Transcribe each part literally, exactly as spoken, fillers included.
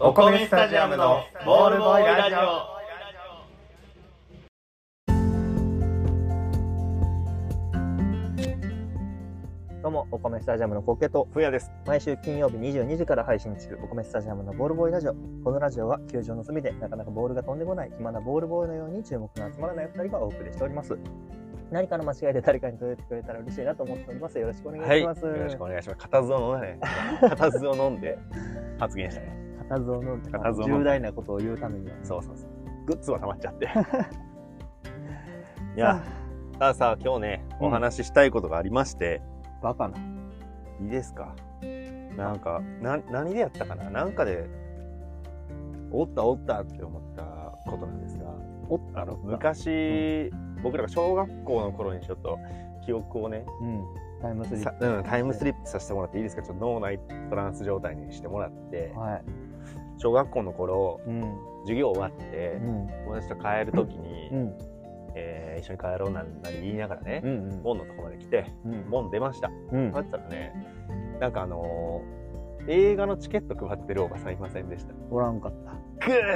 お米スタジアムのボールボーイラジオ。 どうも、お米スタジアムのコッケとふやです。 毎週金曜日にじゅうにじから配信中、お米スタジアムのボールボーイラジオ。このラジオは球場の隅でなかなかボールが飛んでこない暇なボールボーイのように注目の集まらないふたりがお送りしております。何かの間違いで誰かに届いてくれたら嬉しいなと思っております。よろしくお願いします。 はい、よろしくお願いします。固唾を飲んでね。固唾を飲んで発言したね。 固唾を飲んで、 固唾を飲んで重大なことを言うためには。 そうそうそう。グッズは溜まっちゃって。いや、たださ、今日ね、お話ししたいことがありまして。 うん、バカな。 いいですか。なんか、な、何でやったかな、なんかで、おったおったって思ったことなんですが、 おったあの、昔、うん、僕らが小学校の頃にちょっと記憶をね、 うん、タイムスリップ、 うん、タイムスリップさせてもらっていいですか。ちょっと脳内トランス状態にしてもらって、 はい、 小学校の頃、 うん、 授業終わって、うん、友達と帰るときに、うん、えー、一緒に帰ろうなんなり言いながらね、うんうん、門のとこまで来て、うん、門出ました。うん、待ったらね、なんかあのー、映画のチケット配ってるおばさんいませんでした？ おらんかった。 くー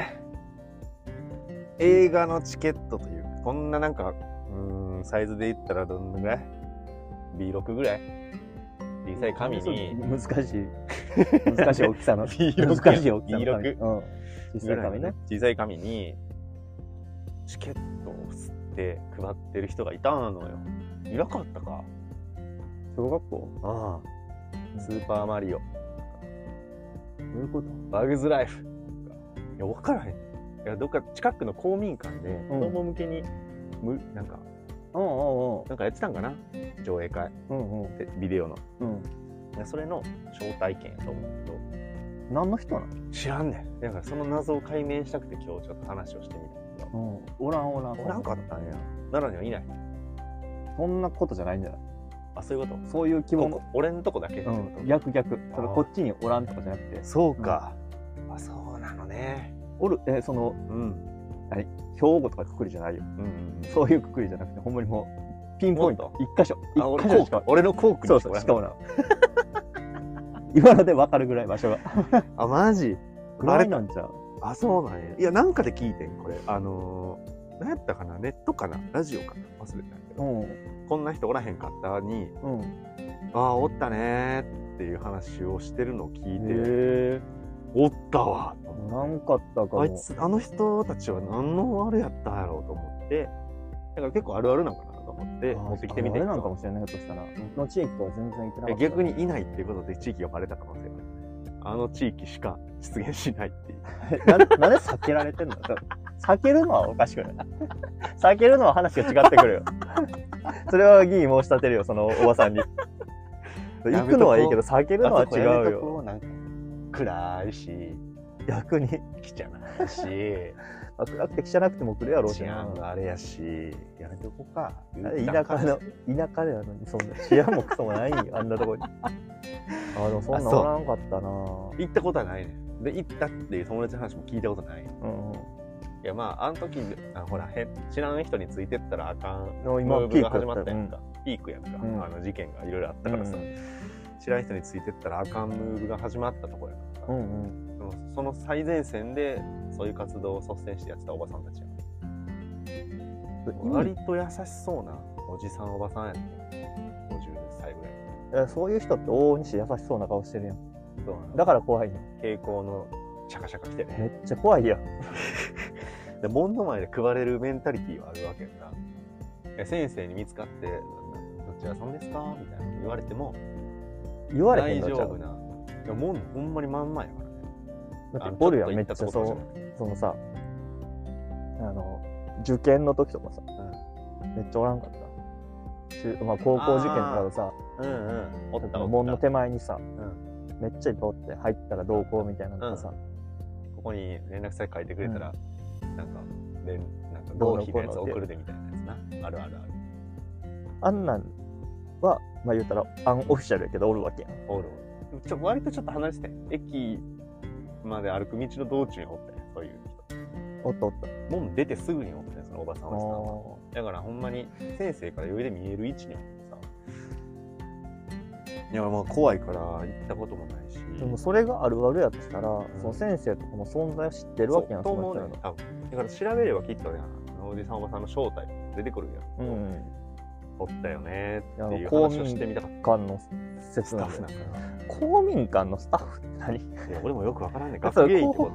映画のチケットというか、こんななんか、うーん、サイズで言ったらどんぐらい ?ビーろく ぐらい小さい紙に。 難しい。難しい大きさの。 ビーろく難しい大きさの紙。 ビーろく、 うん。小さい紙ね。 小さい紙に、チケットを吸って配ってる人がいたのよ。いなかったか。 小学校？ ああ。スーパーマリオ。 どういうこと？ バグズライフ。いや、わからへん。いや、どっか近くの公民館で子供向けに、うん、なんか、 うんうんうん、 なんかやってたんかな、上映会、うんうん、でビデオの、うん、いやそれの招待券やと思うけど、 何の人なの？ 知らんねん。だからその謎を解明したくて今日ちょっと話をしてみたけど、うん、 おらんおらんおらんかったんや。奈良にはいない。 そんなことじゃないんじゃない？ あ、そういうこと？ そういう気分。 俺んとこだけってこと？ うん、逆逆。それこっちにおらんとかじゃなくて。 そうか、うん、あ、そうなのね。 おる、え、その、うん、何、兵庫とかくくりじゃないよ、うんうん、そういうくくりじゃなくて、ほんまにもうピンポイント一箇所、一箇所しか、 俺の校区にしかもしかもな今ので分かるぐらい場所があ、マジぐらいなんちゃう？ あ、そうなんや。いや、なんかで聞いてん、これ。あのー、何やったかな、ネットかな、ラジオかな、忘れたんやけど、うん、こんな人おらへんかったに、うん、ああ、おったねーっていう話をしてるのを聞いて、おったわ。 なんかったかも。 あいつ、あの人たちは何のあれやったんやろうと思って、だから結構あるあるなんかなと思って持ってきてみて。 あれなんかもしれないとしたら、の地域とは全然行ってなかった。 逆にいないっていうことで地域がバレた可能性がある。あの地域しか出現しないっていう。 な, なんで避けられてんの？避けるのはおかしくない？避けるのは話が違ってくるよ。それは議員申し立てるよ、そのおばさんに。行くのはいいけど避けるのは違うよ。 なんか暗いし。 逆に来ちゃうし、 暗くて来ゃなくても来るやろうしな。 あれやし、やめとこうか。 田舎の田舎でなのにそんな治安もクソもないんよ、あんなとこに。あ、でもそんなおらんかったな。 行ったことはないね。で行ったっていう友達の話も聞いたことない。うんうん、いや、まああの時あほらへ知らん人についてったらあかんムーブが始まったやんか。ピークやんか、うん、あの事件がいろいろあったからさ、うん、知らん人についてったらあかんムーブが始まったところやから。うんうん、その最前線でそういう活動を率先してやってたおばさんたちや、割と優しそうなおじさんおばさんやね、ごじゅっさいぐらい。 そういう人って往々にして優しそうな顔してるやん。そうだから怖いね。 蛍光のシャカシャカ来てね、 めっちゃ怖いやん。 で門の前で配れるメンタリティーはあるわけやんな。先生に見つかってどちらさんですかみたいな言われても言われへんの大丈夫な。いや門ほんまにまんまやから。 だっておるやん、めっちゃそう、そのさ、あの受験の時とかさ、うん、めっちゃおらんかった。まあ、高校受験とかでさ、うんうん、おった門の手前にさ、うん、めっちゃいっぱいおって入ったらどうこうみたいなのがさ、 うん、ここに連絡先書いてくれたら、うん、なんかでなんか合否のやつ送るでみたいなやつな、あるあるある。 あんなんはまあ言うたらアンオフィシャルやけどおるわけやん。 おるおる。ちょ割とちょっと離れてて、駅まで歩く道の道中におったよ、そういう人。 おったおった。 門出てすぐにおったよ、そのおばさんはさ。だからほんまに先生から余裕で見える位置におってさ。いや、まあ怖いから行ったこともないし、 でもそれがあるあるやとしたら、うん、その先生とかの存在を知ってるわけやん。 そうと思うね、多分。だから調べればきっとね、あのおじさんおばさんの正体出てくるやん。うん、おったよねっていう話をしてみたかった。 公民館の説なんだよ。公民館のスタッフって何？いや俺もよくわからんね。学芸員ってこと？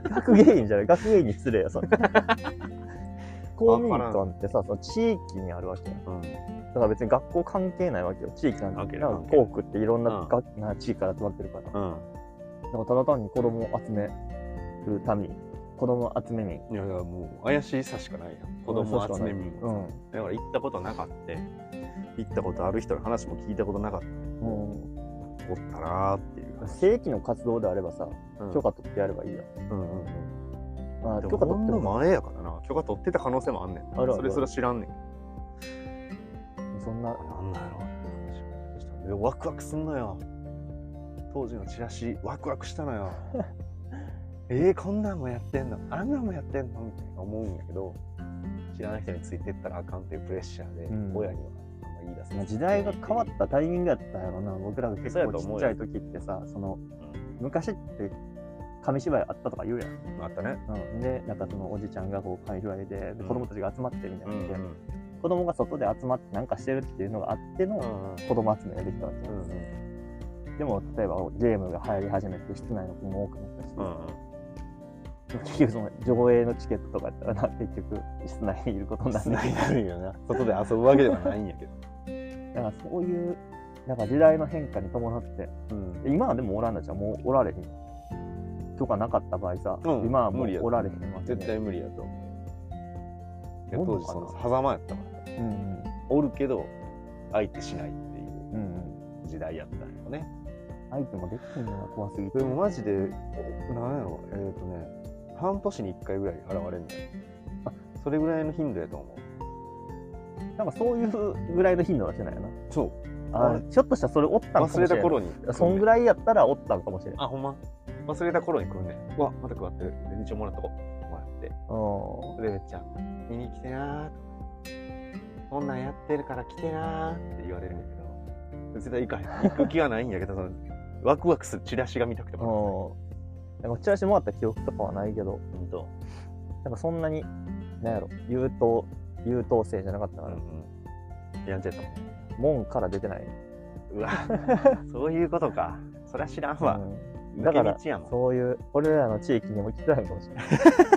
学芸員じゃない、学芸員に失礼やそれ。公民館ってさ、その地域にあるわけや、うん、だから別に学校関係ないわけよ。地域なんて校区っていろんな、うん、な地域から集まってるから、うん、だからただ単に子供を集めるために子供を集めに、 いやいやもう怪しさしかないやん。子供を集めに、うん、だから行ったことなかった行ったことある人の話も聞いたことなかった、うん、おったなーっていう。 正規の活動であればさ、うん、許可取ってやればいいやん。うんうんうん。 まあ、許可取ってる前やからな。許可取ってた可能性もあんねん。あるある。それそれ知らんねん。 そんな。 なんだろうって話をした。ワクワクすんのよ。当時のチラシ、ワクワクしたのよ。えー、こんなんもやってんの？あんなんもやってんのみたいな思うんやけど、知らない人についてったらあかんっていうプレッシャーで、うん、親にはあんま言い出せない。 時代が変わったタイミングやったやろな。僕らが結構ちっちゃい時ってさ、その、うん、昔って紙芝居あったとか言うやん。 あったね。 うん、で、なんかそのおじちゃんがこう紙芝居で、で子供たちが集まってみたいなので、うんうん、子供が外で集まってなんかしてるっていうのがあっての子供集めができたわけなんですよ。うんうん、でも例えばゲームが流行り始めて室内の子も多くなったし、うんうん、結局その上映のチケットとかやったらな、結局室内にいることになるんだよな。外で遊ぶわけではないんやけど。 だからそういうなんか時代の変化に伴って、うん、今はでもおらんなちゃんもうおられへん。許可なかった場合さ、うん、今はもうおられへんわけ、 ね、絶対無理やと思う。いや当時その狭間やったから、うんうん、おるけど相手しないっていう時代やったんよね。 相手もできんのが怖すぎて。 でもマジでなんやろえっ、ー、とね半年にいっかいぐらい現れるんだよ。あそれぐらいの頻度やと思う。なんかそういうぐらいの頻度はしてないよな。 そう。 あひょっとしたらそれおったんかもしれない。 忘れた頃に。 そんぐらいやったらおったんかもしれない。 あほんま。忘れた頃に来るね。うわ、また配ってる。で、一応もらっとこう。もらって。で、めっちゃ、見に来てなーとか、こんなんやってるから来てなーって言われるんやけど、絶対行かへん。行く気はないんやけど、そのワクワクするチラシが見たくてもらって。チラシもらった記憶とかはないけど、うんと、なんかそんなに、なんやろ、優等、優等生じゃなかったから。うんうん。やんちゃやったもんね。 門から出てない。 うわ、そういうことか。そりゃ知らんわ。うんだからそういう俺らの地域にも来てないかもしれない。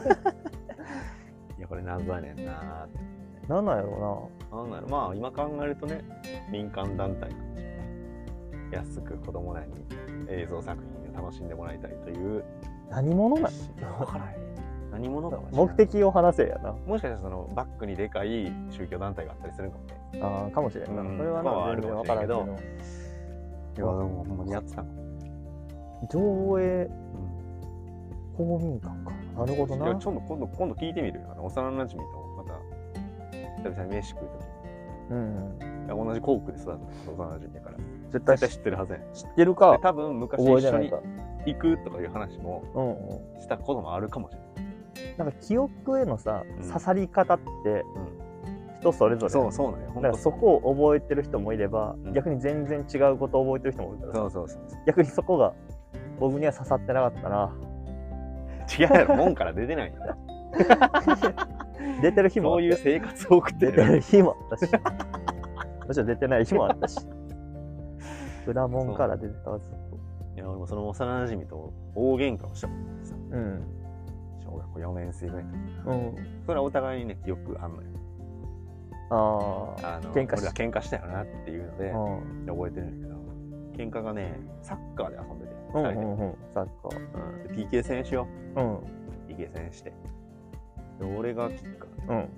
いやこれ謎やねんな。 なんなんやろうな。なんなんやろ。まあ今考えるとね民間団体なんでしょうね。安く子供らに映像作品を楽しんでもらいたいという。 何者なん？ 分からへん。何者かもしれない。目的を話せやな。 もしかしたらそのバックにでかい宗教団体があったりするかもね。 ああかもしれんな。うん、それはまあ全然分からんけど。いやでもほんまにやってたの。 上映公民館か。なるほどな。 いやちょっと今度今度聞いてみるよ。あの幼馴染とまた久々に飯食うときに。うんうん。同じ校区で育った幼馴染から。絶対知ってるはずやん。 知ってるか。 多分昔一緒に行くとかいう話もしたこともあるかもしれない。 なんか記憶へのさ、刺さり方って。人それぞれ。 そうそうなんよ。 だからそこを覚えてる人もいれば、逆に全然違うことを覚えてる人もいるから。 そうそうそう。 逆にそこが僕には刺さってなかったな。 違うやろ、門から出てないんだ。 出てる日もそういう生活を送ってる。 出てる日もあったし。もちろん出てない日もあったし。裏門から出てたわ、ずっと。 いや、俺もその幼馴染と大喧嘩をしたもんさ。うん。小学校よねん生ぐらいの時。うん。それはお互いにね、記憶あんのよ。ああの喧嘩し俺ら喧嘩したよなっていうので、うん、覚えてるんだけど喧嘩がねサッカーで遊んでてふたりで、うんうんうん、サッカー、うん、で ピーケー 戦しよう、うん、ピーケー 戦してで俺がキッカー、うん、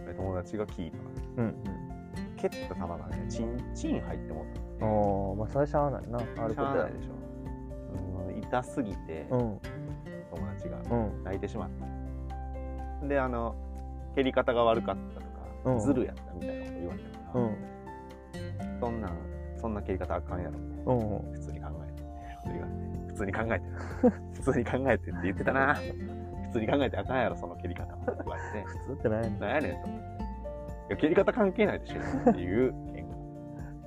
で友達がキーパー、うんうん、蹴った球がねチンチン入ってもった、 ね、ああまあそれしゃあないなあることやでしょ、うん、痛すぎて、うん、友達が泣いてしまった、うん、であの蹴り方が悪かったとかうん、ずるやったみたいなこと言われたから、うん、そんなそんな蹴り方あかんやろみたいな、うん、普通に考えて言われて普通に考えて普通に考えてって言ってたな普通に考えてあかんやろその蹴り方って言われて普通って何やねん何やねんと思っていや蹴り方関係ないでしょっていう喧嘩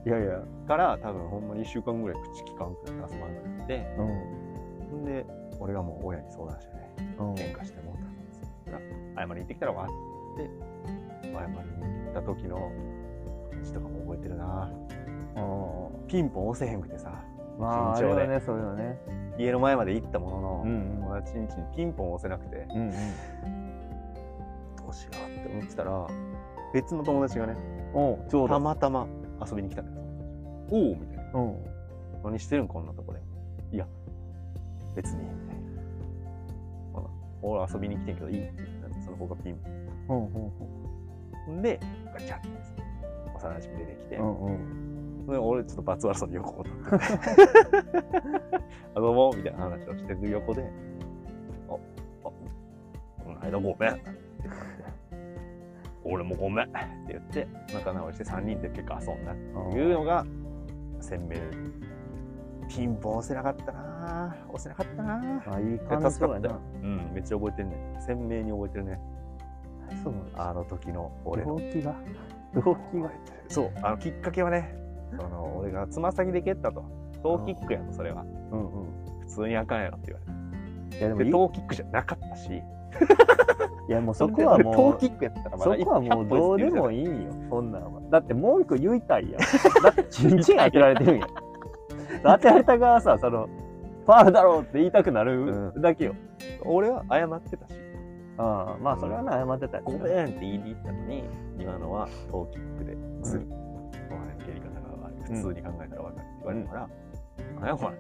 いやいや。 から多分ほんまにいっしゅうかんぐらい口聞かんくなって遊ばんくなって、うん、で俺がもう親に相談してね、うん、喧嘩してもうたんですよ。謝りに行ってきたらわって言って謝りに行った時の感じとかも覚えてるな。ピンポン押せへんくてさ、 まあ、緊張で、あれはね、そういうのね、 家の前まで行ったものの、うん、友達ん家にピンポン押せなくて、うんうん、どうしようって思ってたら別の友達がね、おちょうどたまたま遊びに来たんだよ。おおみたいな、うん、何してるんこんなとこで。いや別にみたいな、俺遊びに来てんけどいいって言ったんで、その子がピンポン、うんうんうん、でガチャって幼馴染出てきて、うんうん、で俺ちょっと罰悪そうに横を立ってあどうもみたいな話をしてる横で、ああこの間ごめんって言って俺もごめんって言って仲直りしてさんにんで結構遊んだっていうのが鮮明。ピンポン押せなかったな押せなかったなあ。いい感じだな。うん、めっちゃ覚えてるね。鮮明に覚えてるね。そうなんです。あの時の俺の動機が動機がそう、あのきっかけはね、その俺がつま先で蹴ったと、トーキックやと。それは、うんうん、普通にあかんやろって言われて、いやでもでトーキックじゃなかったしいやもうそこはもうトーキックやったらまだそこはもうどうでもいいよ、そんなんは。だって文句言いたいやん。だってチンチン当てられてるんや。当てられた側はさ、そのファウルだろうって言いたくなるだけよ、うん、俺は謝ってたし、ああまあそれはね、謝ってたよ、ごめんって言いに行ったのに、今のはトーキックでずる、うん、お前の蹴り方が悪い、普通に考えたら分かるって言われるから、うん、何やこ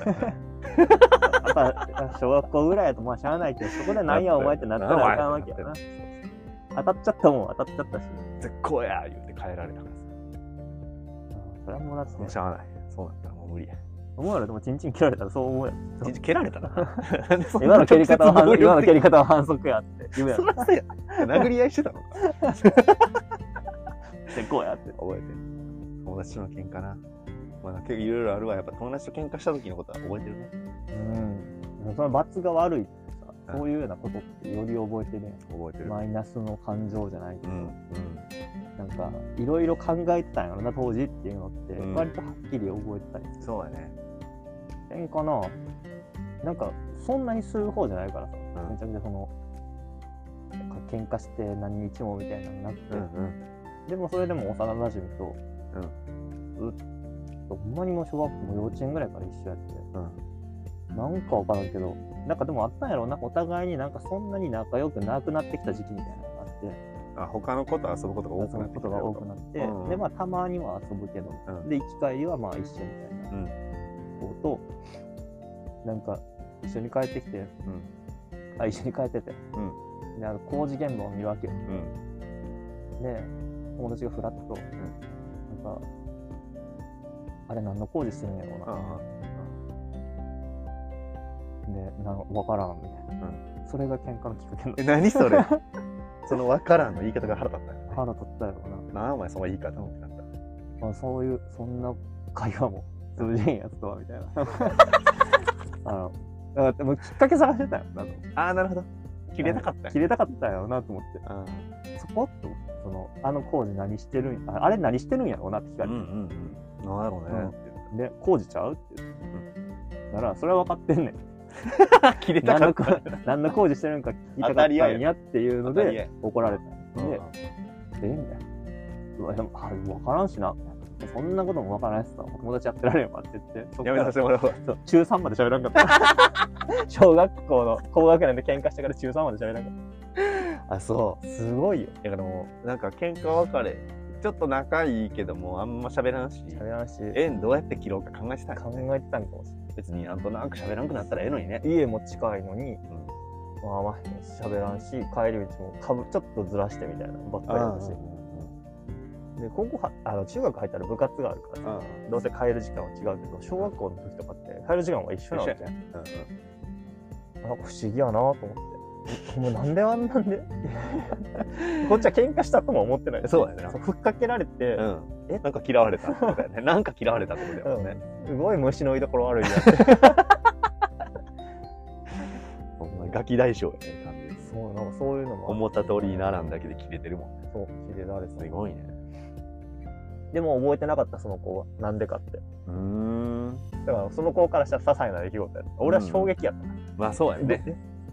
れやっぱ小学校ぐらいだとまあしゃあないけど、そこで何やお前ってなったらあかんわけやな。当たっちゃったもん、当たっちゃったし、絶好や言うて帰られたからさ、それはもうだってしゃあない、そうなったらもう無理や。お前らでもチンチン蹴られたらそう思うやん。チンチン蹴られたな。今の蹴り方は今の蹴り方は反則やって言うやん。そらそうや。殴り合いしてたのか。絶好やって覚えてる。友達との喧嘩な。まあ結構いろいろあるわ。やっぱ友達と喧嘩した時のことは覚えてるね。うん。その罰が悪いってさ、そういうようなことってより覚えてるやん。覚えてる。マイナスの感情じゃないけど。うん。なんかいろいろ考えてたんやろな当時っていうのって割とはっきり覚えてたりする。そうやね。喧嘩な、なんかそんなにする方じゃないからさ、うん、めちゃくちゃその喧嘩して何日もみたいなのになって、うんうん、でもそれでも幼馴染と、うん、ずっとほんまにもう小学校も幼稚園ぐらいから一緒やって、うん、なんかわからんけど、なんかでもあったんやろな、お互いになんかそんなに仲良くなくなってきた時期みたいなのがあって。あ、他の子と遊ぶことが多くなってことが多くなって、うん、でまあたまには遊ぶけど、うん、で行き帰りはまあ一緒みたいな子と、うん、なんか一緒に帰ってきて、うん、あ一緒に帰ってて、うん、であの工事現場を見るわけよ、うん、で友達がフラッと、うん、なんかあれ何の工事してるんやろうな、うん、でなんか分からんみたいな、うん、それが喧嘩のきっかけの。え何それその分からんの言い方が腹立ったよね。腹立ったよな。なあお前その言い方ってなった。まあそういうそんな会話も通じんやつとはみたいな。あのだからでもきっかけ探してたよなと。ああなるほど。切れたかったよ。切れたかったよなと思って。あそこってそのあの工事何してるんあれ何してるんやろうなって聞かれて。うんうんうん。なんだろうね。うん、で工事ちゃうって言って。だからそれは分かってんねん。切れたかった。何の工事してるんか聞きたかったんやっていうので怒られたんで、えみたいな。うわ、でも分からんしな。そんなことも分からないしさ、友達やってられんわって言って、やめさせてもらおう。ちゅうさんまで喋らんかった。小学校の高学年で喧嘩してからちゅうさんまで喋らんかった。あ、そう。すごいよ。だからもう、なんか喧嘩別れ、ちょっと仲いいけども、あんま喋らんし、喋らんし、縁どうやって切ろうか考えてたん考えてたんかもしれない。別になんとなく喋らんくなったらええのにね。家も近いのに、うん、まあまあ喋らんし、帰り道もかぶちょっとずらしてみたいなばっかりだし。で高校はあの中学入ったら部活があるからさ、どうせ帰る時間は違うけど、小学校の時とかって帰る時間は一緒なわけじゃん。なんか不思議やなと思って。もうなんであんなんでこっちは喧嘩したとも思ってない。そうだよね。ふっかけられて、うん、えなんか嫌われたってことだよね。なんか嫌われたってことだよね。うん、すごい虫の居所悪いなって。お前ガキ大将やね感じ。そうなんかそういうのも思った通りにならんだけで切れてるもんね。そう切れられた。すごいね。 でも覚えてなかったその子はなんでかって。うーん。だからその子からしたら些細な出来事やった。俺は衝撃やった。 まあそうやね。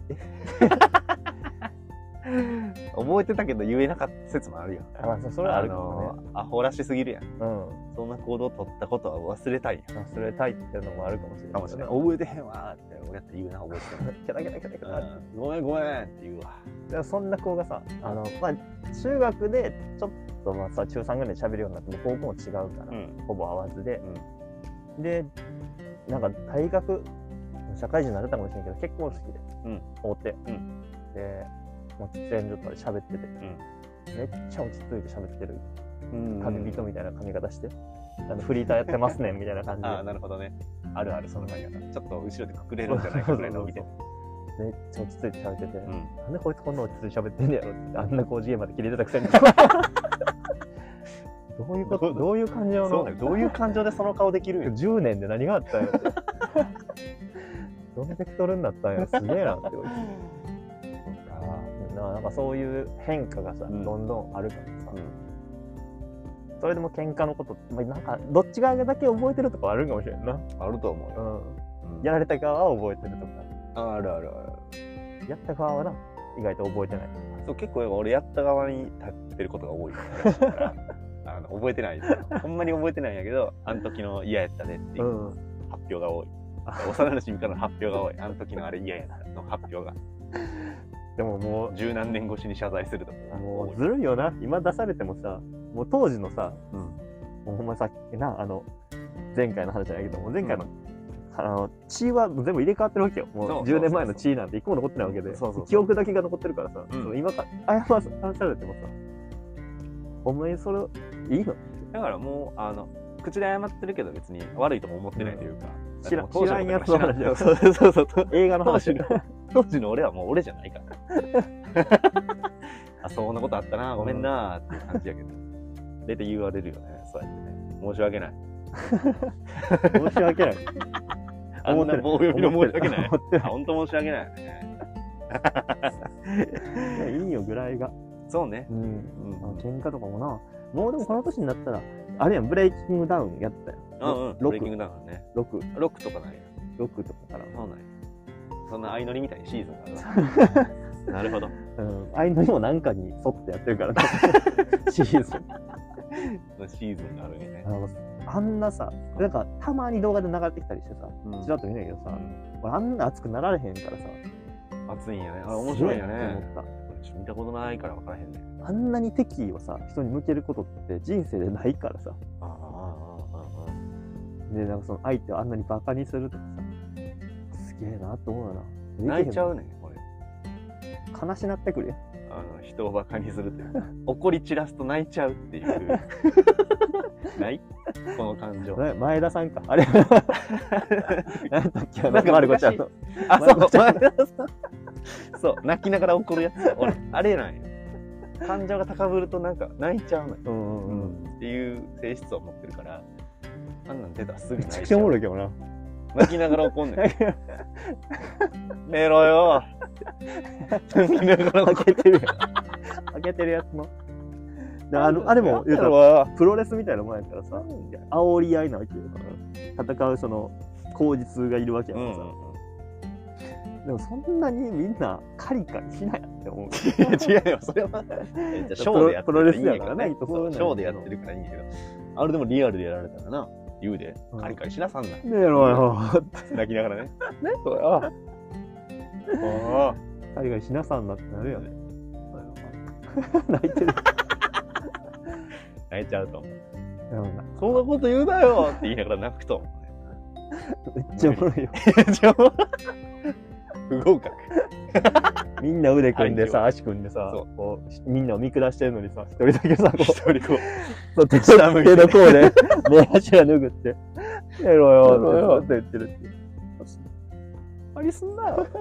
覚えてたけど言えなかった説もあるよ。 あ、それはあるかもね。アホらしすぎるやん。うん。そんな行動を取ったことは忘れたいやん。忘れたいっていうのもあるかもしれない。かもしれない。 覚えてへんわーって俺やったら言うな、覚えてへん。 キャラキャラキャラキャラ。 ごめんごめんって言うわ。 でもそんな子がさ、あの、まあ、中学でちょっとまあさ、中さんぐらいで喋るようになっても高校も違うから、うん、ほぼ会わずで、うん、で、なんか大学、社会人になれたかもしれんけど、結婚式で会って、うん、で、もう喫煙所とかで喋ってて、うん、めっちゃ落ち着いて喋ってる。旅人みたいな髪型して、あのフリーターやってますねんみたいな感じで。 ああ、なるほどね。あるある、その髪型。ちょっと後ろで隠れるんじゃないかぐらいの見て。 めっちゃ落ち着いて喋ってて、うん、なんでこいつこんな落ち着いて喋ってんねやろって、あんな工事現場で切れてたくせに。どういうことどういう感情のどういう感情でその顔できるんや。 じゅうねんで何があったんやろって。どのベクトルになったんやろ、すげえなって思って。なんかそういう変化がさ、うん、どんどんあるからさ、うん、それでも喧嘩のこと、まあ、なんかどっち側だけ覚えてるとかあるかもしれんな。 あると思うよ、 うんうん、やられた側は覚えてるとか。 あるあるある。 やった側はな、意外と覚えてない。 そう、結構俺やった側に立ってることが多いからあの覚えてないですよ。ほんまに覚えてないんやけど、あの時の嫌やったねっていう発表が多い。幼馴染からの発表が多い。あの時のあれ嫌やったの発表が。 でももう十何年越しに謝罪するとかもうずるいよな。今出されてもさ、もう当時のさ、うん、もうほんまさっきな、あの前回の話じゃないけども、前回の、うん、あの血は全部入れ替わってるわけよ。もうじゅうねんまえの血なんて一個も残ってないわけで、記憶だけが残ってるからさ、うん、今から謝らされてもさ、お前それいいの？ だからもうあの口で謝ってるけど別に悪いとも思ってないというか、 うん、知ら知らんやつの話だよ。 そうそうそうそう、映画の話当時の俺はもう俺じゃないからあ、そんなことあったな、ごめんなーっていう感じやけど、出て言われるよね、そうやってね。申し訳ない申し訳ないあんな棒読みの申し訳ないあ、本当申し訳ないよねいや、いいよぐらいが。 そうね、うん、うん、 喧嘩とかもな、もうでもこの年になったらあれやん、ブレイキングダウンやったよ。 うんうん、ブレイキングダウンね。 ろく。 ろくとかないよ。 ろくとかから。 そうなんや。そんな相乗りみたいにシーズンがある。なるほど。 うん、相乗りもなんかに沿ってやってるからね。シーズン。 シーズンがあるよね。 あんなさ、なんかたまに動画で流れてきたりしてさ、ちらっと見ないけどさ、うん、俺あんな熱くなられへんからさ。 熱いんやね。あれ面白いよね。思った。見たことないから分からへんね。 あんなに敵意をさ、人に向けることって人生でないからさ。ああああああ。で、なんかその相手をあんなにバカにするとかさ、すげえなと思うな。 泣いちゃうねん、俺。 悲しなってくるよ。 あの、人をバカにするっていうか、怒り散らすと泣いちゃうっていう。ないこの感情。 前田さんか。あれ何だっけ、 なんかマルコちゃんの。あ、そう、前田さん。そう、泣きながら怒るやつ。俺、あれなんよ。感情が高ぶるとなんか泣いちゃうのよ、うんうんうん、っていう性質を持ってるから、あんなん出たらすぐ泣いちゃう。めちゃくちゃおもろいけどな。泣きながら怒んねん。寝ろよ。泣きながら開けてるやん。開けてるやつの。あのあれも言うたらプロレスみたいなもんやからさ、煽り合いなわけよ。戦うその口実がいるわけやからさ。うんでもそんなにみんなカリカリしないやって思う。 違うよ、それは。ショーでやってるからいいんやけどね。ショーでやってるからいいんやけど。あれでもリアルでやられたらな、言うで、カリカリしなさんな。ねえろよ。 泣きながらね。ねそうよ。カリカリしなさんなってなるよね。泣いてる。 泣いちゃうと思う。そんなこと言うなよって言いながら泣くと思う。 めっちゃおもろいよ。 めっちゃおもろい。不合格。 みんな腕組んでさ、足組んでさ、こうみんなを見下してるのにさ、一人だけさ、こう、 一人こう、手の甲で、目頭拭って、やろよって言ってるって。ありすんなよ。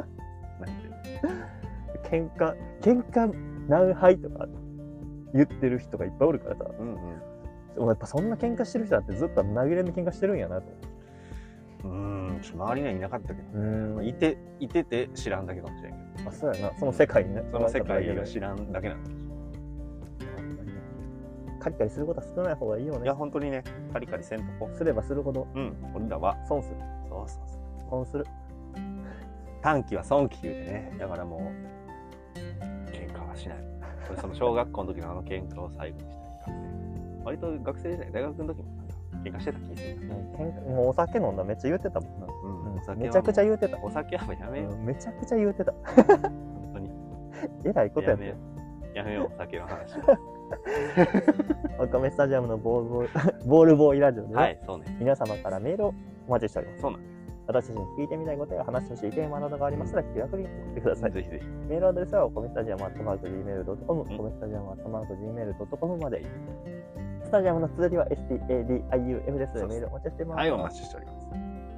喧嘩、喧嘩何敗とか言ってる人がいっぱいおるからさ、うんうん、やっぱそんな喧嘩してる人だってずっと投げれの喧嘩してるんやなと。 うーん、周りにはいなかったけど、うん、いていてて知らんだけかもしれんけど。 あ、そうやな、その世界にね。 その世界が知らんだけなんだ。 カリカリすることは少ない方がいいよね。 いや、本当にね、カリカリせんとこ。 すればするほど。 うん、俺らは。 損する。 そうそうそう。 損する。 短期は損期言うてね。だからもう、喧嘩はしない。俺その小学校の時のあの喧嘩を最後にしたいからね。割と学生時代、大学の時もなんか喧嘩してた気がする。 もうお酒飲んだめっちゃ言ってたもんな。 うん、お酒めちゃくちゃ言ってた。 お酒はやめよう。 めちゃくちゃ言ってた。 本当に。 えらいことやね。 やめよう、お酒の話。 おかめスタジアムのボールボーイ、ボールボーイラジオでは、 はい、そうね。 皆様からメールをお待ちしております。 そうなんです。 私たちに聞いてみたいことや話してほしいテーマなどがありましたら気楽に送ってください。 ぜひぜひ。 メールアドレスはおかめスタジアムアットマーク ジーメールドットコム、おかめスタジアムアットマーク ジーメールドットコムまで。スタジアムの綴りは エスティーエーディーアイユーエフ です。メールお待ちしてます。 はい、お待ちしております。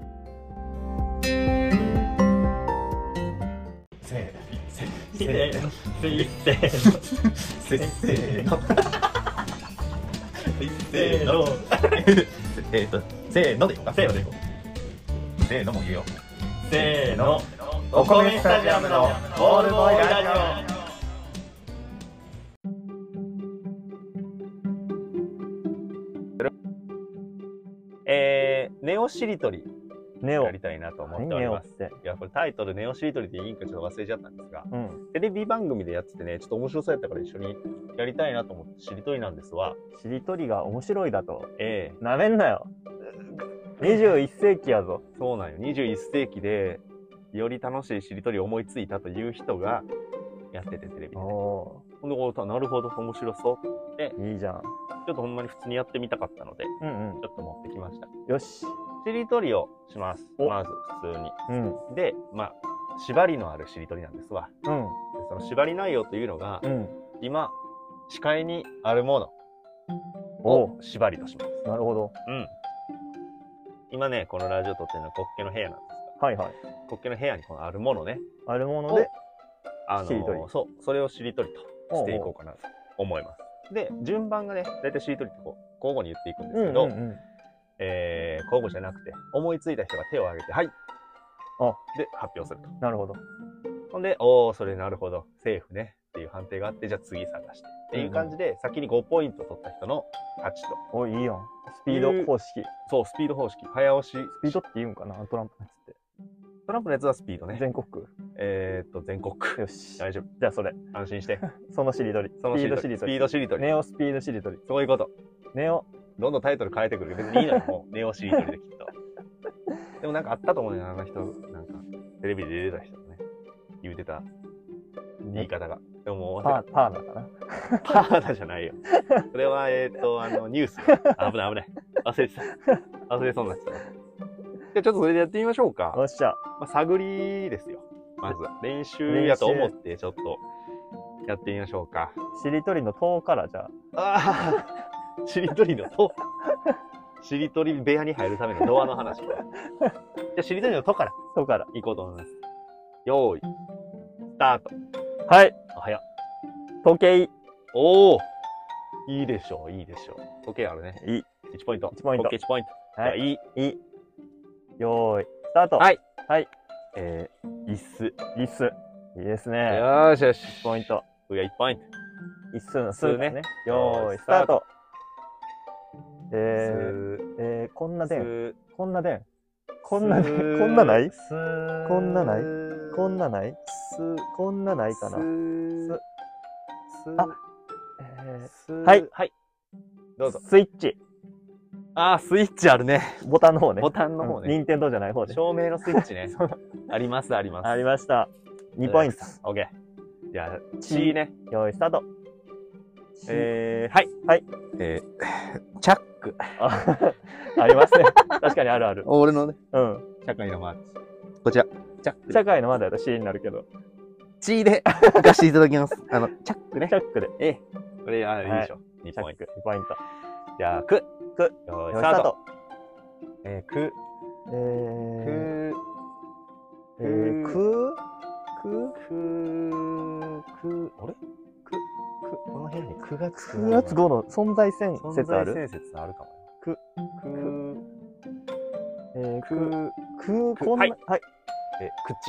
せーの、せーの、せーの、せーの、えっと、せーのでいこうか、せーのでいこう。せーのも言うよ。せーの、お米スタジアムのボールボーイラジオ。 えー、ネオしりとりネオやりたいなと思っております。いや、これタイトルネオしりとりでいいんかちょっと忘れちゃったんですが、 うん、 テレビ番組でやっててね、ちょっと面白そうやったから一緒にやりたいなと思ってしりとりなんですわ。 しりとりが面白いだと。 ええー。 なめんなよ。にじゅういっせいきやぞ。 そうなんよ。にじゅういっせいきで、より楽しいしりとりを思いついたという人がやってて、テレビで、ね。ほんで、なるほど、面白そうで。 いいじゃん。 ちょっとほんまに普通にやってみたかったので、 うんうん、 ちょっと持ってきました。 よし。 しりとりをします。まず、普通に。うん、で、まあ、縛りのあるしりとりなんですわ。うん、でその縛り内容というのが、うん、今、視界にあるものを縛りとします。 なるほど。 うん。今ね、このラジオ撮ってるのはコッケの部屋なんですが、 はいはい。 コッケの部屋にこのあるものね。 あるもので、 あのー、しりとり。そう、それをしりとりとしていこうかなと思います。で、順番がね、だいたいしりとりってこう、交互に言っていくんですけど、うんうんうん、えー、交互じゃなくて、思いついた人が手を挙げて、はい。あで、発表すると。 なるほど。 ほんで、おー、それなるほど、セーフねっていう判定があって、じゃあ次探して。っていう感じで、先にごポイント取った人の勝ちと。 おい、いいやん。スピード方式。 そう、スピード方式。早押し。 スピードって言うんかな、トランプのやつって。 トランプのやつはスピードね。 全国区。 えーっと、全国区。 よし。 大丈夫。 じゃあそれ。 安心して。 そのしりとり。 そのしりとり。スピードしりとり。 ネオスピードしりとり。 そういうこと。 ネオ。 どんどんタイトル変えてくるけど、別にいいのよ、もう。ネオしりとりできっと。でもなんかあったと思うね、あの人。なんか、テレビで出てた人ね。言うてた言い方が。でももうパー、パーナかな。 パーナじゃないよ。それは、えっと、あの、ニュース。危ない危ない。忘れてた。忘れそうになってた。じゃあちょっとそれでやってみましょうか。 よっしゃ。 まあ、探りですよ。まずは。練習やと思って、ちょっと、やってみましょうか。 しりとりの塔からじゃあ。 ああ、しりとりの塔。しりとり部屋に入るためのドアの話。じゃあ、しりとりの塔から。 塔から。 行こうと思います。よーい。スタート。 はい。 あ、早っ。 時計。 おお。いいでしょう、いいでしょう。時計あるね。 いい。 いちポイント。 いちポイント。 いちポイント。はい。いい。 いい。よーい。スタート。 はい。 はい。 えー、椅子。 椅子。いいですね。 よーしよし。 いちポイント。 上いちポイント。 椅子の数ね。よーい、スタート。えー、えー、こんなでん。こんなでん。こんな、こんなないこんなないこんなないこんなないかなす、あ、えー、はい。 はい。どうぞ。 スイッチ。 あー、スイッチあるね。 ボタンの方ね。 ボタンの方ね。 任天堂じゃない方で。 照明のスイッチね。あります、あります。 ありました。にポイント。 オッケー。じゃあ、チね。 よーい、スタート。 えー、はい。 はい。 えー、チャック。 ありますね。確かにあるある。 俺のね。 うん。 社会のマーチ。こちら。 チャック。社会のマーチだと C になるけど。 C で行かせていただきます。あの、チャックね。 チャックで。 ええ。これ、あ、いいでしょ。にポイント。 にポイント。 じゃあ、く。 く。 よーい、スタート。えー、く。 えー、 く。 えー、く。 く。く。く。あれく。く。この部屋にくがつく。 くがつごの存在線説ある？ 存在線説あるかも。く。く。 えー、く。く。こんな、はい。 え、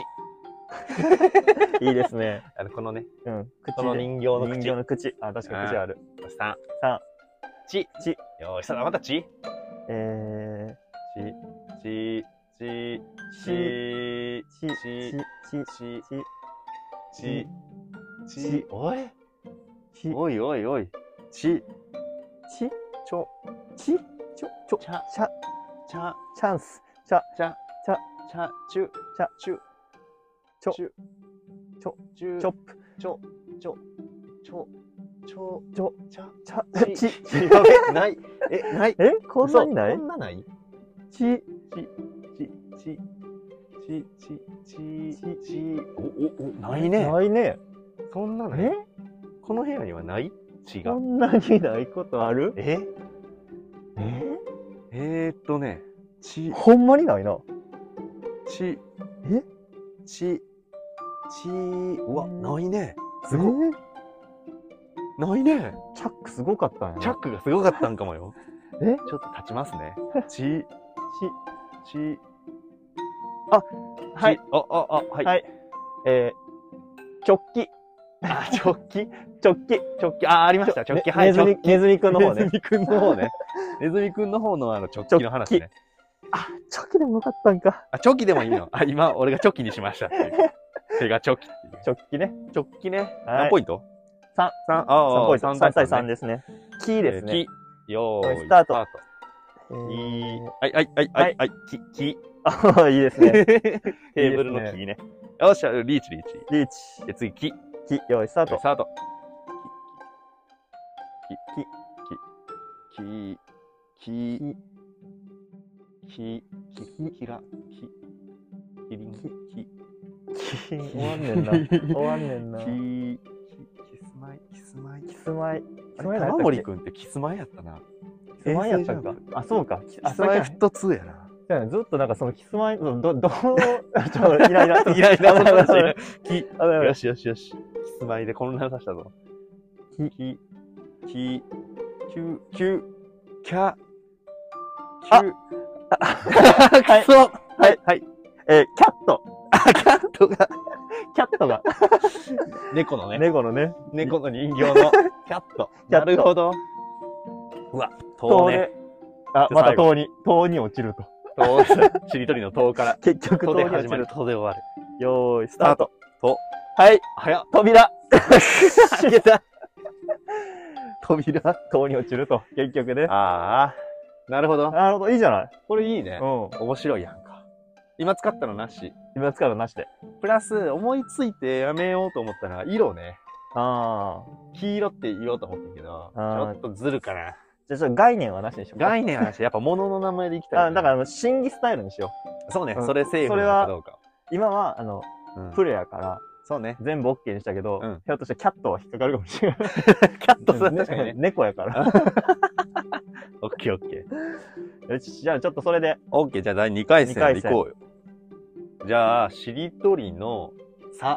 口。いいですね。 あの、このね。 うん。 口。この人形の口。 人形の口。あ、確かに口ある。 さん。 さん。 ち。 ち。 よーし、さあ、またち。 えち、ち、ち、ち、 ー、ち、 ち、 ち、ち、ち、 ち、 ち、 ち、おい。 ち、 おいおいおい。ち、 ち、 ちょ、 ち、ちょ、ちょ、 ちゃ、 ちゃ、 ちゃ、 チャンス、ちゃ、 ちゃ、 ちゃ、 ちゃ、ちゅ、 ちゃ、 ちゅ、 ちょ、 ちゅ、 ちょ、 ちゅ、 チョップ、 ちょ、ちょ、ちょ、ちょ、 ちょ、 ちゃ、 ちゃ、 ち、 ち、 ち、やべ、ない。え、ない。 えこんなにないこんなないち、 ち、ち、ち、ち、ち、ち、ち、お、お、お、ないね。 ないね。 そんなない。 えこの部屋にはないちがこ。んなにないことあるえええーっとね、ち、 ほんまにないな。 ち、 えち、ち、うわ、ないね。すえごい。ないね。 チャックすごかったんやな。 チャックがすごかったんかもよ。 えちょっと立ちますね。ち、 ち、 ち、 あ、はい。 あ、あ、あ、はい。 はい。えー、直帰。 あ、直帰直帰。 直帰、あ、ありました。直帰。はい。 ネズミ、ネズミくんの方ねネズ。ミくんの方ね。ネズミくんの方のあの直帰の話ね。 あ、直帰でもよかったんか。 あ、チョキでもいいの。あ、今、俺がチョキにしましたっていう。手がチョキっていう。 直帰ね。 直帰ね。 はい何ポイントさん。 さん、ああ、 さんポイント。 さんさん対さんね。 ですね。キーですね。 き、よーい、 スタートト。 えいい。 ーはい、はい、はい、はい、はい、き、き。 あ、いいですね。 テーブルのキーね。よっしゃ、リーチ、リーチ。 リーチ。 で、次、き。 キ、用意スタートス。タート。 き、 き、き、き、き、き、きら、き、きりん、き、 キ終わんねんな。終わんねんな。 き、き、キスマイ、キスマイ。 キスマイ。キあれ、玉森くんってキスマイやったな。 キスマイやったんか。あ、そうか。 キスマイフットツーやな。 そうやねずっとなんかそのキスマイ、ど、ど、どう、ちょっとイライラ。 イライラの話あやばいき、 あやばいよしよしよし。キスマイで混乱させたぞ。き、き、き、きゅ、きゅ、きゃ、きゅ、 はいくそはい、はい。 えー、キャット。 キャットが、 キャットが。 猫のね、 猫のね。 猫の人形のキャット。 キャットなるほど。うわ、 塔塔ね。 で。あ、また塔に、塔に落ちると。 塔、しりとりの塔から。 結局塔塔で始まる、 に落ちる。 塔で終わる。 よーい、スタート。 と、 はい、 早っ。 扉。 いけた。扉。 塔に落ちると。結局ね。 ああ、なるほど。 なるほど、いいじゃない。 これいいね。 うん。 面白いやんか。今使ったのなし。 今使うのなしで。 プラス、思いついてやめようと思ったら、色ね。 ああ。 黄色って言おうと思ったけど、ちあーょっとずるかな。 じゃあ、ちょっと概念はなしにしようか。 概念はなし、やっぱ物の名前でいきたいな。 あ、だから、あの、審議スタイルにしよそうね、 うんそれセーフなのかどうか。 う。今は、あの、 うんプレやから、 そうね。 全部 OK にしたけど、 うんひょっとしてキャットは引っかかるかもしれない。 キャットそう確かにね。 猫やから。 オッケーオッケー。 よし、じゃあちょっとそれで。 オッケー、じゃあ第にかい戦でにかい戦いこうよ。じゃあ、しりとりのさ。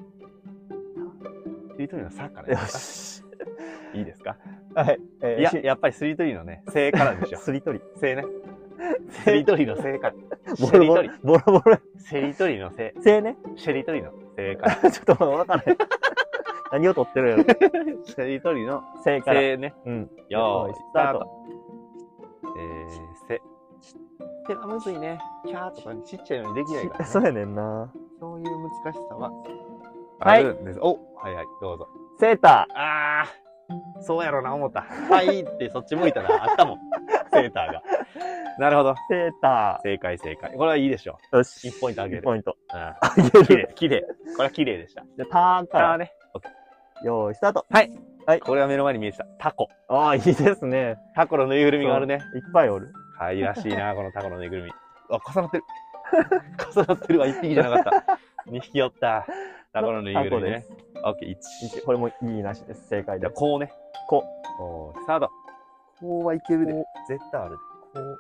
しりとりのさからよやるかし。 いいですかはい。えーいや、 しやっぱりしりとりのね、せからでしょ。 すりとり。 せね。しりとりのせから。 ボロボロしりとり。、 ボロボロ。 しりとりのせ。 せね。 しりとりのせから。 ちょっとわからない。何を取ってるやろ。 しりとりのせから。 せね。 うん。 よーい、スタート。 ト。 えー、せ。せはむずいね。キャーとかちっちゃいのにできないから、ね。 そうやねんな。 そういう難しさはあはいるんです。お、はいはい、どうぞ。 セータあー、そうやろな、思った。はいってそっち向いたらあったもん。セーターが。なるほど。 ー。セータ正解正解。これはいいでしょー。よし。 う。いちポイントあげる。 ポイント。 うん。 あげる。 綺麗、綺麗。これは綺麗でした。 じゃあ、ターから。 あーね。 よーい、スタート。 これは目の前に見えてた。タコ。 ああ、いいですね。 タコのぬいぐるみがあるね。 いっぱいおる。 可愛らしいな、このタコのぬいぐるみ。あ、重なってる。重なってるわ、いっぴきじゃなかった。にひきおった。タコのぬいぐるみね。オッケー、いち。 これもいいなしです。正解じゃあ、 です。 こうね。 こおー、スタート。こうはいけるでこ。 絶対あるで。こう。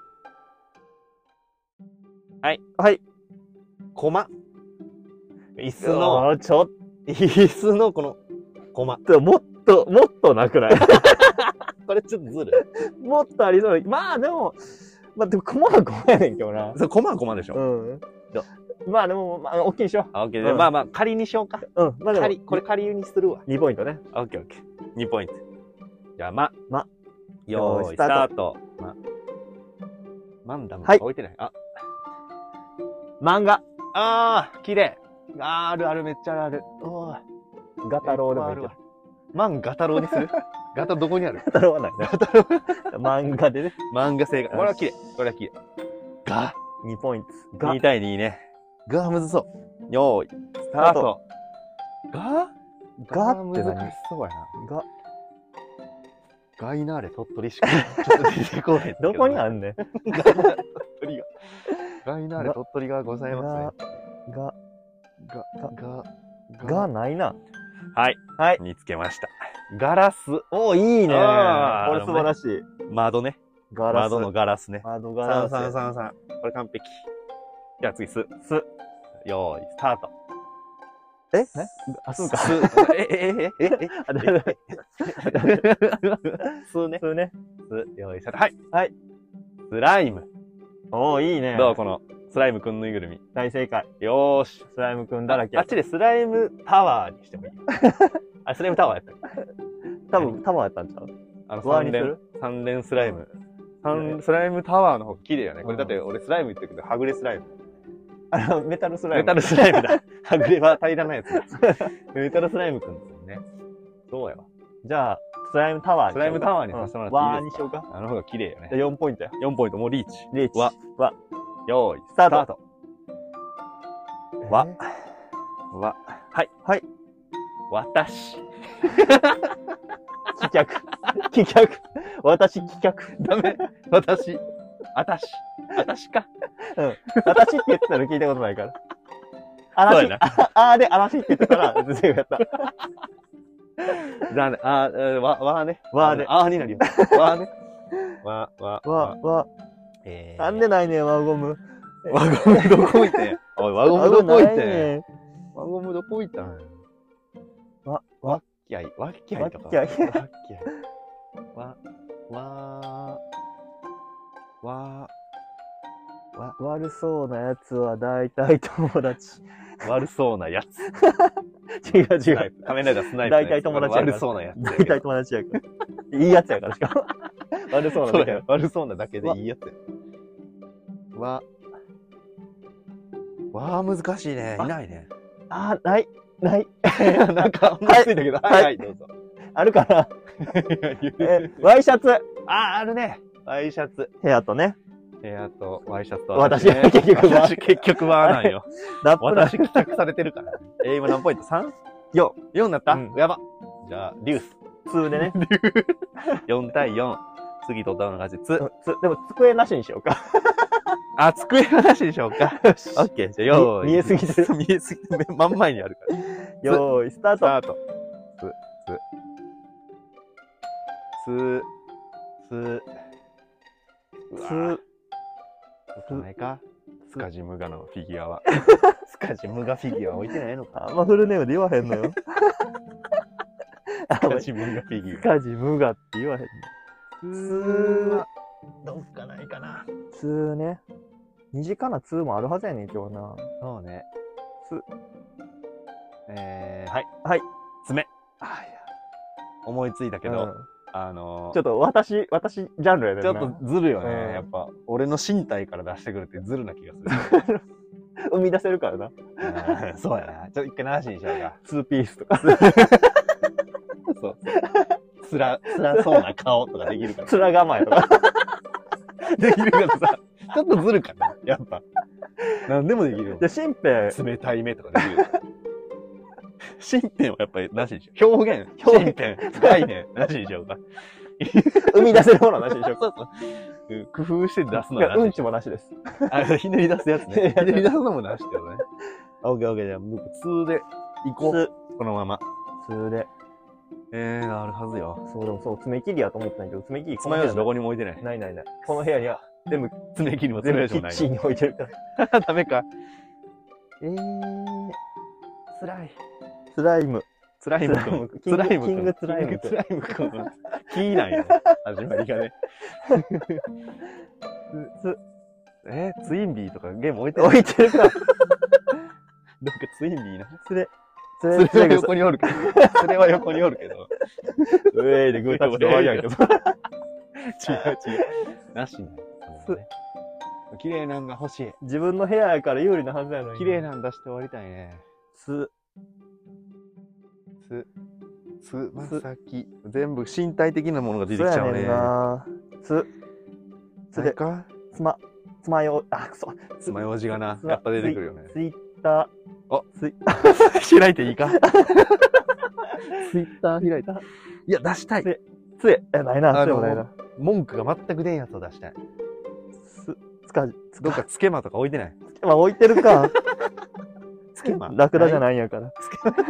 はい。 コマ。椅子の、 の、ちょっ椅子のこの、コマ。 と、もっと、もっとなくないこれちょっとずる。 もっとありそう。まあでも、まあでも、コマはコマやねんけどな。 そう、コマはコマでしょ。 うんど。 まあでも、まあ、大きいにしよあ、オッケー。 うんまあまあ、仮にしようか。 う。うん。まあでも、 仮、これ仮にするわ。 にポイントね。 オッケーオッケー。にポイント。じゃあ、ま。 ま。 よーい、スタート。ま、マンダムとか置いてない、はい、あ。 漫画。 あー、綺麗。あー、あるある、めっちゃある。おー。 ガタロウでもいいけど。 マンガタロウにするガタどこにある？ ガタロウはないね。ガタロウ。漫画でね。 漫画性が。これは綺麗。これは綺麗。ガ。 にポイント。 に対にね。ガーむずそう。よーい、スタート。ガガって難しそうやな。 ガ。 ガイナーレ鳥取しかちょっと出てこない。 どこにあんねん。 ガイナーレ鳥取が。ガイナーレ鳥取がございますね。 ガ。 ガ。ガ。 ガ。ガないな。 はい。 はい。 見つけました。ガラス。 おー、いいね。これ素晴らしい。 窓ね。 ガラス。 窓のガラスね。 窓ガラス。 さんさんさんさん。これ完璧。じゃあ次、す。す。よーい、スタート。 ええあ、すか。 す。え、え、え、え、え、すね。 すね。 す。よーい、スタート。はい。 はい。 スライム。 おー、いいね。 どうこの、スライムくんぬいぐるみ。 大正解。 よーし。 スライムくんだらけ。 あっちでスライムタワーにしてもいい。あ、スライムタワーやった多分、タワーやったんちゃう？ あの、三連、三連スライム。三、スライムタワーの方が綺麗よね。これだって俺スライム言ってるけど、はぐれスライム。 あの、メタルスライム。 メタルスライムだ。はぐれは平らなやつ。メタルスライムくんですよね。そうやわ。 じゃあ、スライムタワーに。 スライムタワーにさせてもらっていいですか？ ワーにしようか。 あの方が綺麗よね。 じゃあよんポイントや。 よんポイント、もうリーチ。 リーチ。 わ。 わ。 よーい、 スタート。 わ。わ。はい。 はい。 私。 棄却。棄却。私棄却。 ダメ。私。あたし。あたしか。 うん。私って言ってたの聞いたことないから。嵐。あ、あーで嵐って言ってたら、全然やった。 じゃあね、あー、わ、わーね。 わーで。 あーになります。わーね。わ、わ、 わ、わ。 えー。 なんでないねん、輪ゴム。 輪ゴムどこ置いてん？おい、輪ゴムどこ置いてん？輪ゴムどこ置いたん？ わ、 わっきゃい、わっきゃいとか。 わっきゃい。 わっきゃい。わ、わー、わー、 わ、悪そうなやつは大体友達。 悪そうなやつ。 違う違う。 仮面ライダースナイプ。 大体友達やから。 悪そうなやつ。 大体友達やから。いいやつやからしかも。悪そうなだけ。 悪そうなだけでいいやつや。わ、わー難しいね。いないね。 あー、ない。ない。 なんか思いついたけど。はいはい、どうぞ。 あるかなえ、ワイシャツ。 あー、あるね。ワイシャツ。 ヘアとね。 ヘアとワイシャツと私、結局は。 私、結局はないよ。私、棄却されてるから。え、今何ポイント ?さん？ よん。 よんになったやば。じゃあ、デュース。 にでね。 よん対よん。次取ったのが勝ち。つ。 でも、机なしにしようか。 あ、机はなしにしようか。オッケー。じゃあ、よーい。 見えすぎてる。 見えすぎて、真ん前にあるから。 よーい、スタート。 スタート。す、す、す、 す、 す、ないかスカジムガのフィギュアは。スカジムガフィギュア置いてないのか。 あんまフルネームで言わへんのよ。 スカジムガフィギュア。 スカジムガって言わへんの。 すーは、どっかないかな。 つーね。身近なつーもあるはずやねん、今日な。 そうね。 つ。 えー、 はい。はい。 爪。あ、いや。思いついたけど、あのちょっと私、私ジャンルやねんな。 ちょっとずるよね、 うん、 やっぱ。俺の身体から出してくるってずるな気がする。 生み出せるからな。 そうやな。ちょっと一回なしにしようか。 ツーピースとか。 そう。つら、つらそうな顔とかできるから。 つら構えとか。 できるからさ、ちょっとずるかな。やっぱ。なんでもできるよ。 じゃ、新兵。 冷たい目とかできる。新編はやっぱりなしにしよう。表現、表現、概念、なしにしようか。 生み出せるものはなしにしようか。 そうそう。工夫して出すのはなし。 うんちもなしです。 あ、ひねり出すやつね。ひねり出すのもなしだよね。オッケーオッケー。じゃあ、僕、ツーで行こう。このまま。 ツーで。 えー、あるはずよ。 そう、でもそう、爪切りやと思ったんだけど、爪切り。 爪楊枝どこにも置いてない。 ないないない。この部屋には、全部、 爪切りも爪楊枝もない。 キッチンに置いてるから。 ダメか。 えー、 つらい。 スライム。 スライムくん。 スライムくん。キングスライムくん。スライムくん。キーなんよ。始まりがね。つ、えー、ツインビーとかゲーム置いてる置いてるから。どっかツインビーな。 それ、 それは横におるけど。それは横におるけど。 ウェーイでグータッチで終わりやけど。 違う。なしね。綺麗なんが欲しい。 自分の部屋やから有利なはずやのに。 綺麗なん出して終わりたいね。 つ、 つ、つま先。全部身体的なものが出てきちゃうね。 つ、つでかつま、つまよ、あ、くそ。 つまようじがな、やっぱ出てくるよね。 ツイッター。 あ、 ツイ開いていいかツイッター開いた。 いや、出したい。 つえ、え、ないな、つえもないな。 文句が全く出んやつを出したい。 つ、つか、 どっかつけまとか置いてない？ つけま置いてるか。 つけまラクダじゃないんやから。 つけま。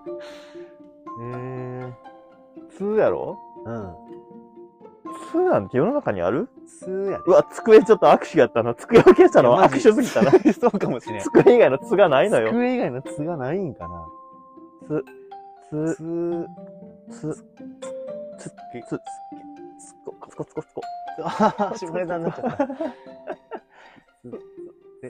えー、つやろ？うん。 つなんて世の中にある？ つやで。 うわ、机ちょっと握手やったな。机を消したのは握手すぎたな。 そうかもしれん。 机以外のつがないのよ。 机以外のつがないんかな。 つ、つ、 つ、 つ、つ、つ、つ、つこ、つこつこつこ。 ああ、しぼれだになっちゃった。つ、つ、つ、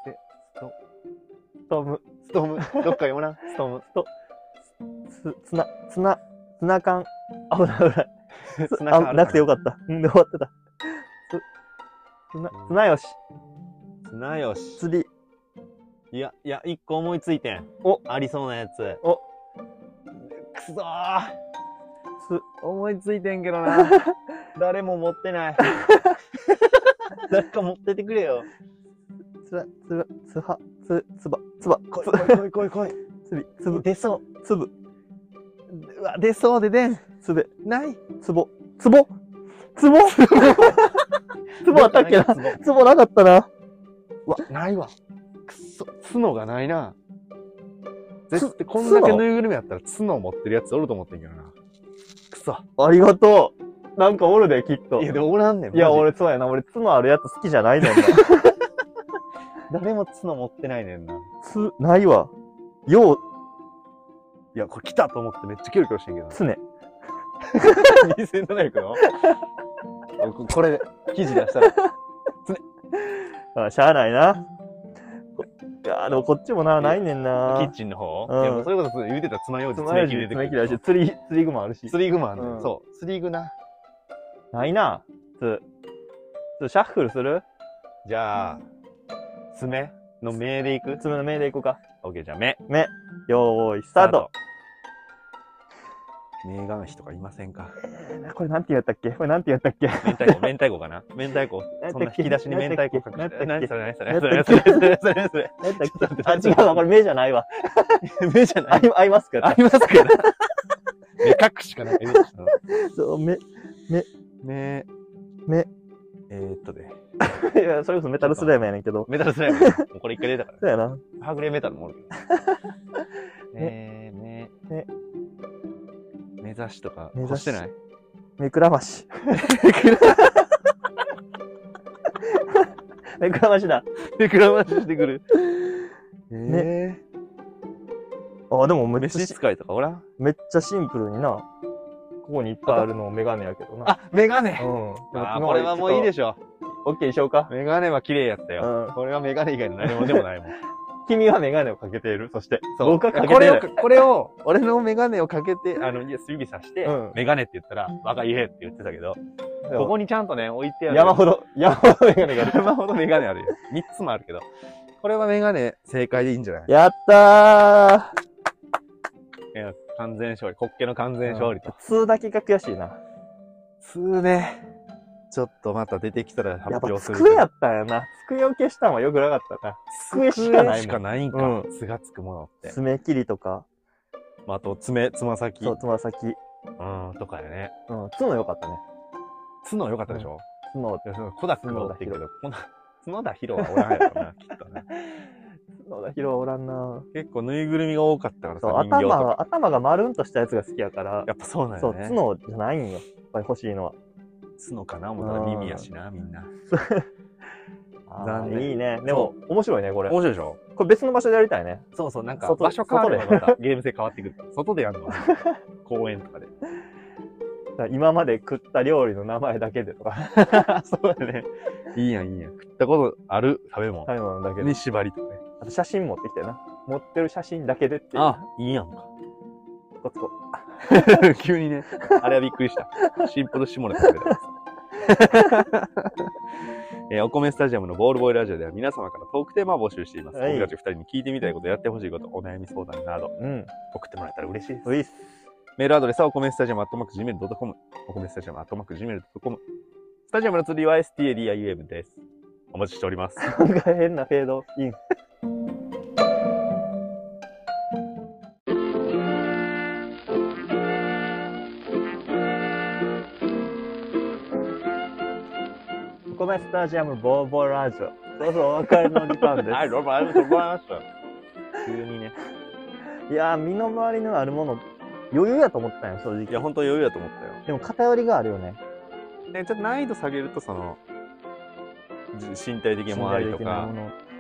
ストーム。 ストーム。どっか読むな。 ストーム。スト、つ、つな、つな、つなかん。危ない危ない。あ、なくてよかった。うんで終わってた。つ、つな、つなよし。 つなよし。 釣り。 いや、いや、一個思いついてん。 お、 ありそうなやつ。 お、 くそー。つ、思いついてんけどな。誰も持ってない。誰か持っててくれよ。 つら、つら、つは、つ、つば、つば。 来い来い来い来い。 つび、つぶ。 出そう。 つぶ。 うわ、出そうで出ん。 つべ。 ない。 つぼ。つぼつぼつぼあったっけなつぼなかったな。 うわ、ないわ。くそ、角がないな。絶対こんだけぬいぐるみやったら角を持ってるやつおると思ってんけどな。くそ。 ありがとう。なんかおるで、きっと。 いや、でもおらんねん。 いや、俺そうやな。俺角あるやつ好きじゃないねんな。 誰も角持ってないねんな。 つ、ないわ。よう。 いや、これ来たと思ってめっちゃキョロキョロしてんけど。 つね。 にせんななひゃくのこれで、記事出したら。つね。 あ、しゃあないな。いやでもこっちもな、ないねんな。 キッチンの方、 うん、 いや、もうそれこそ言うてたつまようじ、 つまようじ、つまようじ、釣り、釣り具もあるし。 釣り具もある、 うん、 そう。釣り具な。 ないな。つ、つ、シャッフルする？ じゃあ、爪の目でいく？ 爪の目でいこうか。 オッケー、じゃあ目。 目。よーい、スタート。 名眼師とかいませんか？ えー、これなんて言ったっけこれなんて言ったっけ明太子、明太子かな明太子。そんな引き出しに明太子隠して。何それ何それ何それ何それ何それ何それあ、違うわ。これ目じゃないわ。 目じゃない合いますか合いますか目隠しかない。 そう、目、目、 目、 目。 えーっとで。 いや、それこそメタルスライムやねんけど。 メタルスライム。もうこれ一回出たから。 そうやな。 はぐれメタルもおるけど。目、目、目。目指しとか、目指してない？ 目くらまし。目くらましだ。 目くらまししてくる。えー、あ、でもめっちゃ。 召使いとかおらん？ めっちゃシンプルにな。ここにいっぱいあるのメガネやけどな。 あ、メガネ。 うん。 あ、これはもういいでしょ。 オッケーにしようか。 メガネは綺麗やったよ。うん。これはメガネ以外の何もでもないもん。 君はメガネをかけている。そして、 そう。僕はかけている。これを、これを、俺のメガネをかけて、あの、指さして、うん、メガネって言ったら、バカ言えって言ってたけど、ここにちゃんとね、置いてある。 山ほど、山ほどメガネがある。 山ほどメガネあるよ。三つもあるけど。これはメガネ正解でいいんじゃない？ やったー。いや、完全勝利。ホッケの完全勝利と。 つだけが悔しいな。 つね。ちょっとまた出てきたら発表する。 机やったんやな。机を消したんは良くなかったな。机しかないもん。 しかないんか。うん、つがつくものって。 爪切りとか。 あと、爪、つま先。 そう、つま先。 うん、とかやね。 うん、角良かったね。 角良かったでしょ？ うん、角。 いや、その、小田君がおってんけど、角田博はおらんやろな、きっとね。 角田博はおらんな。 結構ぬいぐるみが多かったからさ、 そう、頭が、頭が丸んとしたやつが好きやから。 やっぱそうなんよね。 そう、角じゃないんよ。やっぱり欲しいのは。 角かな思ったら耳やしな、みんな。 残念。いいね。でも、面白いね、これ。 面白いでしょ？ これ別の場所でやりたいね。 そうそう、なんか、場所変わればまたゲーム性変わってくる。外でやるの公園とかで。 今まで食った料理の名前だけでとか。 そうだね。いいやん、いいやん。食ったことある食べ物。 食べ物だけで。 に縛りとかね。 あと写真持ってきてな。持ってる写真だけでっていう。 あ、いいやんか。 コツコ。 急にね。あれはびっくりした。シンプル下ネタで。 えー、お米スタジアムのボールボーイラジオでは皆様からトークテーマを募集しています。 はい、 僕たちふたりに聞いてみたいこと、やってほしいこと、お悩み相談など、うん、送ってもらえたら嬉しいです。メールアドレスはお米スタジアムアットマークジーメールドットコム、お米スタジアムアットマークジーメールドットコム、スタジアムの釣りは エスティーエーディーアイユーエム です。お待ちしております。 なんか変なフェードイン。お米スタジアムボーボーラジオ。どうぞお別れの時間です。 はい、どうもありがとうございました。急にね。 いやー、身の回りのあるもの、余裕やと思ってたよ、正直。 いや、ほんと余裕やと思ったよ。 でも偏りがあるよね。 で、ちょっと難易度下げると、その、身体的な周りとか、あの、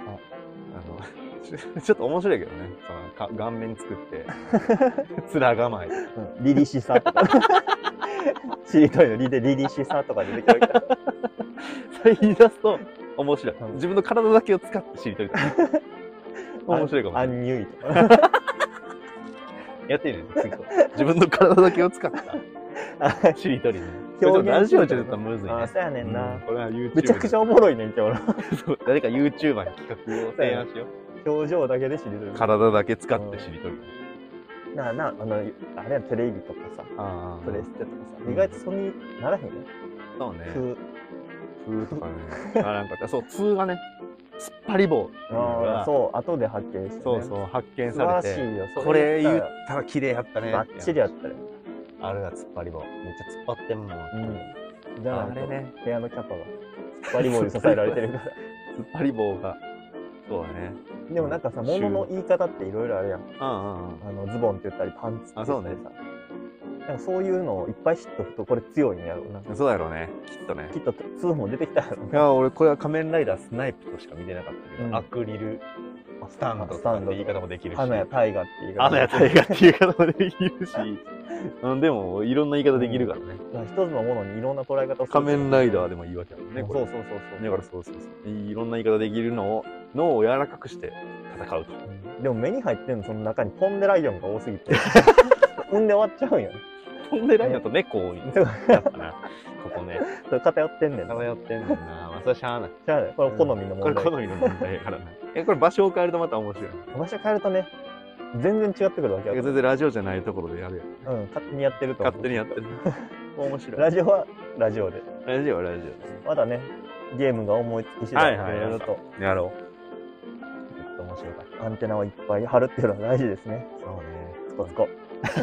ちょっと面白いけどね。その、か顔面作って、面構え。 うん、リリシサとか。しりとりのリでリリシサとか出てきたから。 それ言い出すと面白い。うん、自分の体だけを使ってしりとりとか。面白いかもしれない。アンニュイとか。やってみるね、次と。自分の体だけを使ったしりとりね。表現ラジオじゃちょっとむずいね。 あ、そうやねんな。 うん、これは YouTube。 めちゃくちゃおもろいねん、今日の。 そう、誰か YouTuber に企画を提案しよう。表情だけでしりとり。 体だけ使ってしりとり。 なあなあ、あの、あれはテレビとかさ、プレステとかさ、意外とそんにならへんね。 そうね。ふふとかね。あ、なんか、そう、通がね、突っ張り棒。 ああ、そう、後で発見して、ね。 そうそう、発見されて。 素晴らしいよ。 これ言ったら綺麗やったね。 バッチリやったよ。 あれが突っ張り棒。めっちゃ突っ張ってんもん。 うん。じゃあ、あれね、部屋のキャパが突っ張り棒に支えられてるから。 突っ張り棒が。そうだね。 でもなんかさ、物の言い方っていろいろあるやん。 うんうんうん。 あの、ズボンって言ったり、パンツって言ったりさ。 あ、そうね。 なんかそういうのをいっぱい知っとくと、これ強いんやろうな。 そうやろうね。きっとね。 きっとツーも出てきたやろう。 いや、俺、これは仮面ライダースナイプとしか見てなかったけど、うん、アクリルスタンドとかって言い方もできるし。 花やタイガって言い方もできるし。花やタイガって言い方もできるし。うん、でも、いろんな言い方できるからね。 うん、一つのものにいろんな捉え方をする。 仮面ライダーでもいいわけだもんね。 そうそうそうそう。 だからそうそうそう。いろんな言い方できるのを、脳を柔らかくして戦うと。 うん、でも目に入ってんの、その中にポンデライオンが多すぎて。踏んで終わっちゃうんや。 ポンデライオンと猫多い。やっぱな。ここね。 それ偏ってんねん。 偏ってんねんな。まあ、それしゃあない。 しゃあない。これ好みの問題。 これ好みの問題やからな。え、これ場所を変えるとまた面白い。 場所変えるとね、全然違ってくるわけや。全然ラジオじゃないところでやるよ。 うん、勝手にやってると思う。 勝手にやってる。面白い。 ラジオはラジオで。 ラジオはラジオで。 まだね、ゲームが思いつき次第いろいろと。 やろう。 ちょっと面白かった。アンテナをいっぱい張るっていうのは大事ですね。 そうね。 つこつこ。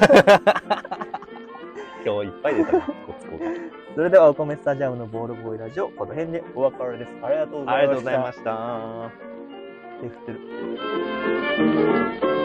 今日いっぱい出たな、つこつこが。 それではお米スタジアムのボールボーイラジオ、この辺でお別れです。ありがとうございました。 ありがとうございました。 手振ってる。